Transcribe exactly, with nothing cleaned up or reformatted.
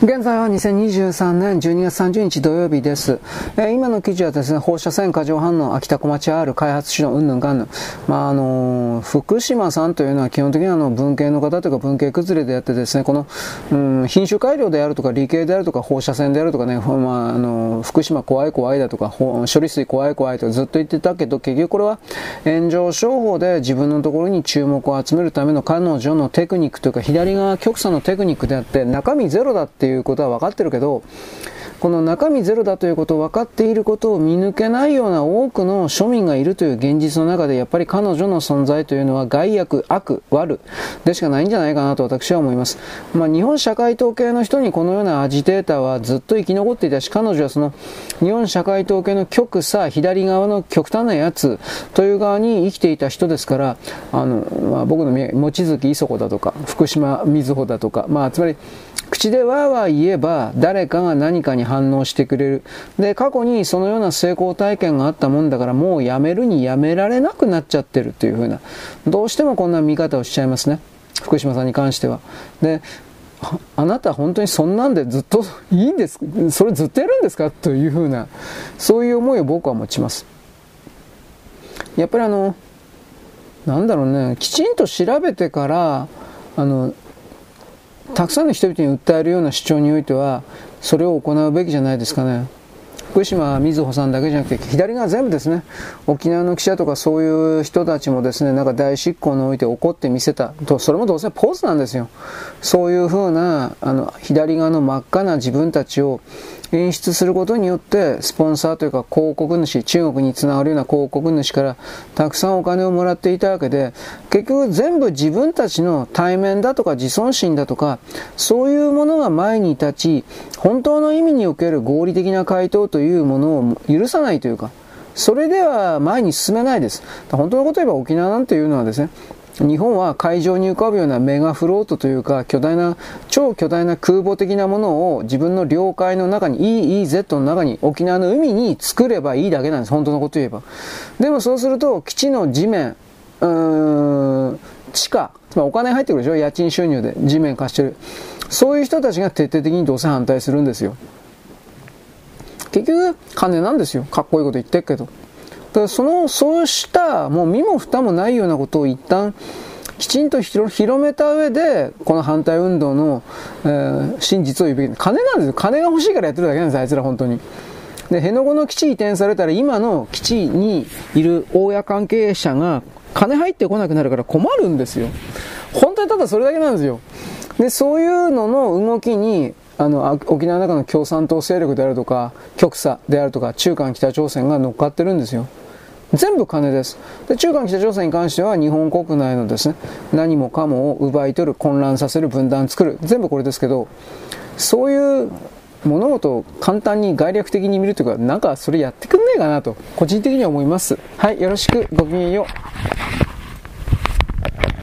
現在はにせんにじゅうさんねんじゅうにがつさんじゅうにち土曜日です。えー、今の記事はですね、放射線過剰反応、秋田小町 R 開発主導、うんぬんかんぬん。まあ、あのー、福島さんというのは基本的にあの文系の方というか文系崩れであってですね、この、うん、品種改良であるとか理系であるとか放射線であるとかね、まあ、あのー、福島怖い怖いだとか、処理水怖い怖いとかずっと言ってたけど、結局これは炎上商法で自分のところに注目を集めるための彼女のテクニックというか、左側極左のテクニックであって、中身ゼロだっていうことは分かってるけど、この中身ゼロだということを分かっていることを見抜けないような多くの庶民がいるという現実の中で、やっぱり彼女の存在というのは害悪、悪、悪でしかないんじゃないかなと私は思います。まあ、日本社会統計の人にこのようなアジテーターはずっと生き残っていたし、彼女はその日本社会統計の極左、左側の極端なやつという側に生きていた人ですから、あの、まあ、僕の望月磯子だとか福島みずほだとか、まあ、つまり口でわーわー言えば誰かが何かに反応してくれる。で、過去にそのような成功体験があったもんだから、もうやめるにやめられなくなっちゃってるというふうな、どうしてもこんな見方をしちゃいますね、福島さんに関しては。で、あなた本当にそんなんでずっといいんですか、それずっとやるんですかというふうな、そういう思いを僕は持ちます。やっぱりあのなんだろうね、きちんと調べてからあのたくさんの人々に訴えるような主張においてはそれを行うべきじゃないですかね。福島みずほさんだけじゃなくて左側全部ですね、沖縄の記者とかそういう人たちもですね、なんか大執行において怒ってみせたと、それもどうせポーズなんですよ。そういう風なあの左側の真っ赤な自分たちを演出することによってスポンサーというか広告主、中国につながるような広告主からたくさんお金をもらっていたわけで、結局全部自分たちの対面だとか自尊心だとかそういうものが前に立ち、本当の意味における合理的な回答というものを許さないというか、それでは前に進めないです。本当のことを言えば沖縄なんていうのはですね、日本は海上に浮かぶようなメガフロートというか巨大な超巨大な空母的なものを自分の領海の中に イーイーゼット の中に沖縄の海に作ればいいだけなんです、本当のことを言えば。でもそうすると基地の地面、うーん地下、つまりお金入ってくるでしょ、家賃収入で地面貸してる、そういう人たちが徹底的にどうせ反対するんですよ。結局金なんですよ、かっこいいこと言ってるけど。だからそのそうしたもう身も蓋もないようなことを一旦きちんと広めた上でこの反対運動の、えー、真実を言うべき。金なんですよ、金が欲しいからやってるだけなんです、あいつら本当に。で、辺野古の基地移転されたら今の基地にいる大家関係者が金入ってこなくなるから困るんですよ。本当にただそれだけなんですよ。で、そういうのの動きにあの沖縄の中の共産党勢力であるとか極左であるとか中韓北朝鮮が乗っかってるんですよ。全部金です。で、中韓北朝鮮に関しては日本国内のですね、何もかもを奪い取る、混乱させる、分断作る、全部これですけど、そういう物事を簡単に概略的に見るというか、なんかそれやってくんねえかなと個人的には思います。はい、よろしく、ごきげんよう。